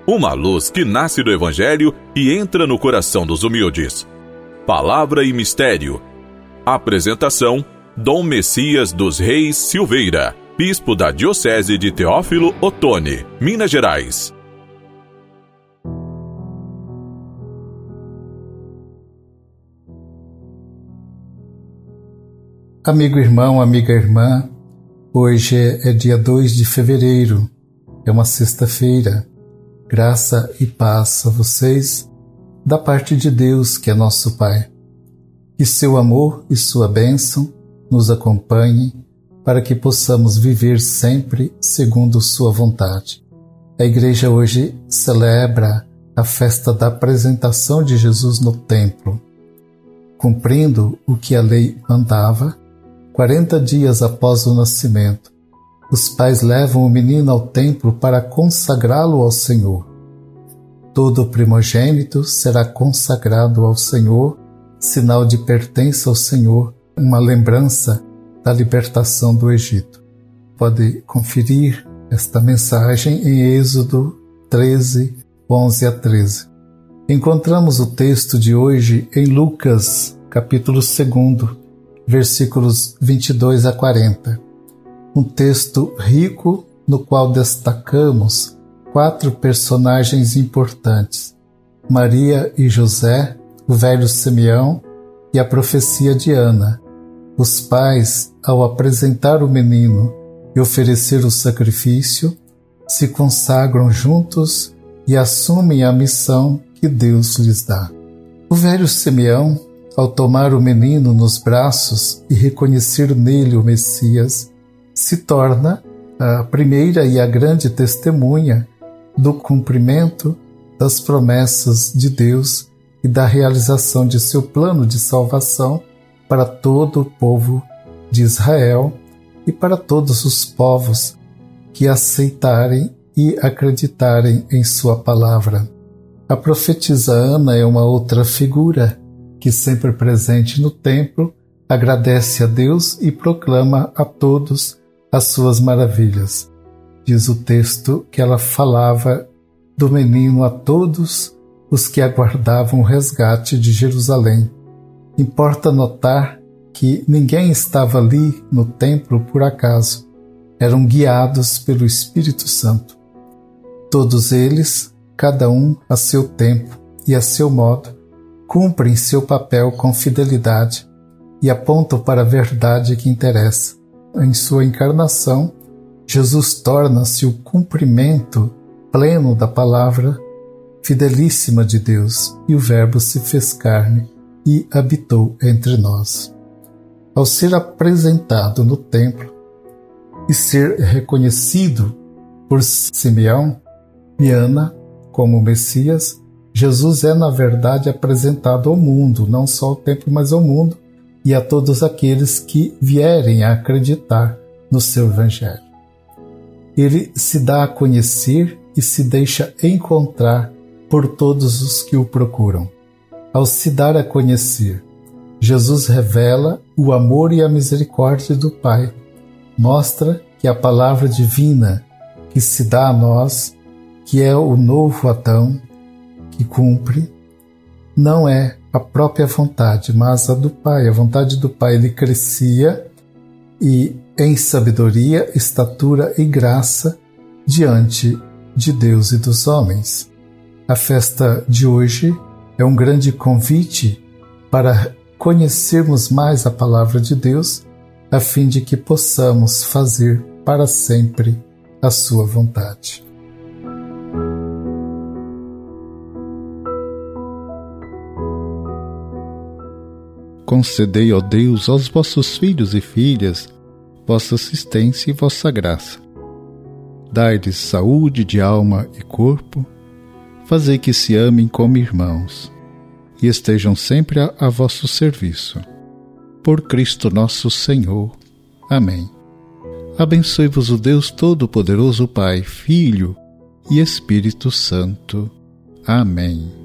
uma luz que nasce do Evangelho e entra no coração dos humildes. Palavra e Mistério. Apresentação: Dom Messias dos Reis Silveira, bispo da Diocese de Teófilo Otoni, Minas Gerais. Amigo irmão, amiga irmã, hoje é dia 2 de fevereiro, é uma sexta-feira. Graça e paz a vocês, da parte de Deus, que é nosso Pai. Que seu amor e sua bênção nos acompanhem para que possamos viver sempre segundo sua vontade. A Igreja hoje celebra a festa da apresentação de Jesus no templo. Cumprindo o que a lei mandava, 40 dias após o nascimento, os pais levam o menino ao templo para consagrá-lo ao Senhor. Todo primogênito será consagrado ao Senhor, sinal de pertença ao Senhor, uma lembrança da libertação do Egito. Pode conferir esta mensagem em Êxodo 13, 11 a 13. Encontramos o texto de hoje em Lucas, capítulo 2, versículos 22 a 40. Um texto rico no qual destacamos 4 personagens importantes: Maria e José, o velho Simeão e a profecia de Ana. Os pais, ao apresentar o menino e oferecer o sacrifício, se consagram juntos e assumem a missão que Deus lhes dá. O velho Simeão, ao tomar o menino nos braços e reconhecer nele o Messias, se torna a primeira e a grande testemunha do cumprimento das promessas de Deus e da realização de seu plano de salvação para todo o povo de Israel e para todos os povos que aceitarem e acreditarem em sua palavra. A profetisa Ana é uma outra figura que, sempre presente no templo, agradece a Deus e proclama a todos as suas maravilhas. Diz o texto que ela falava do menino a todos os que aguardavam o resgate de Jerusalém. Importa notar que ninguém estava ali no templo por acaso. Eram guiados pelo Espírito Santo. Todos eles, cada um a seu tempo e a seu modo, cumprem seu papel com fidelidade e apontam para a verdade que interessa. Em sua encarnação, Jesus torna-se o cumprimento pleno da palavra fidelíssima de Deus, e o Verbo se fez carne e habitou entre nós. Ao ser apresentado no templo e ser reconhecido por Simeão e Ana como Messias, Jesus é, na verdade, apresentado ao mundo, não só ao templo, mas ao mundo e a todos aqueles que vierem a acreditar no seu Evangelho. Ele se dá a conhecer e se deixa encontrar por todos os que o procuram. Ao se dar a conhecer, Jesus revela o amor e a misericórdia do Pai. Mostra que a palavra divina que se dá a nós, que é o novo Adão, que cumpre, não é a própria vontade, mas a do Pai. A vontade do Pai, ele crescia e em sabedoria, estatura e graça diante de Deus e dos homens. A festa de hoje é um grande convite para conhecermos mais a palavra de Deus, a fim de que possamos fazer para sempre a sua vontade. Concedei, ó Deus, aos vossos filhos e filhas vossa assistência e vossa graça. Dai-lhes saúde de alma e corpo, fazei que se amem como irmãos e estejam sempre a vosso serviço. Por Cristo nosso Senhor. Amém. Abençoe-vos o Deus Todo-Poderoso, Pai, Filho e Espírito Santo. Amém.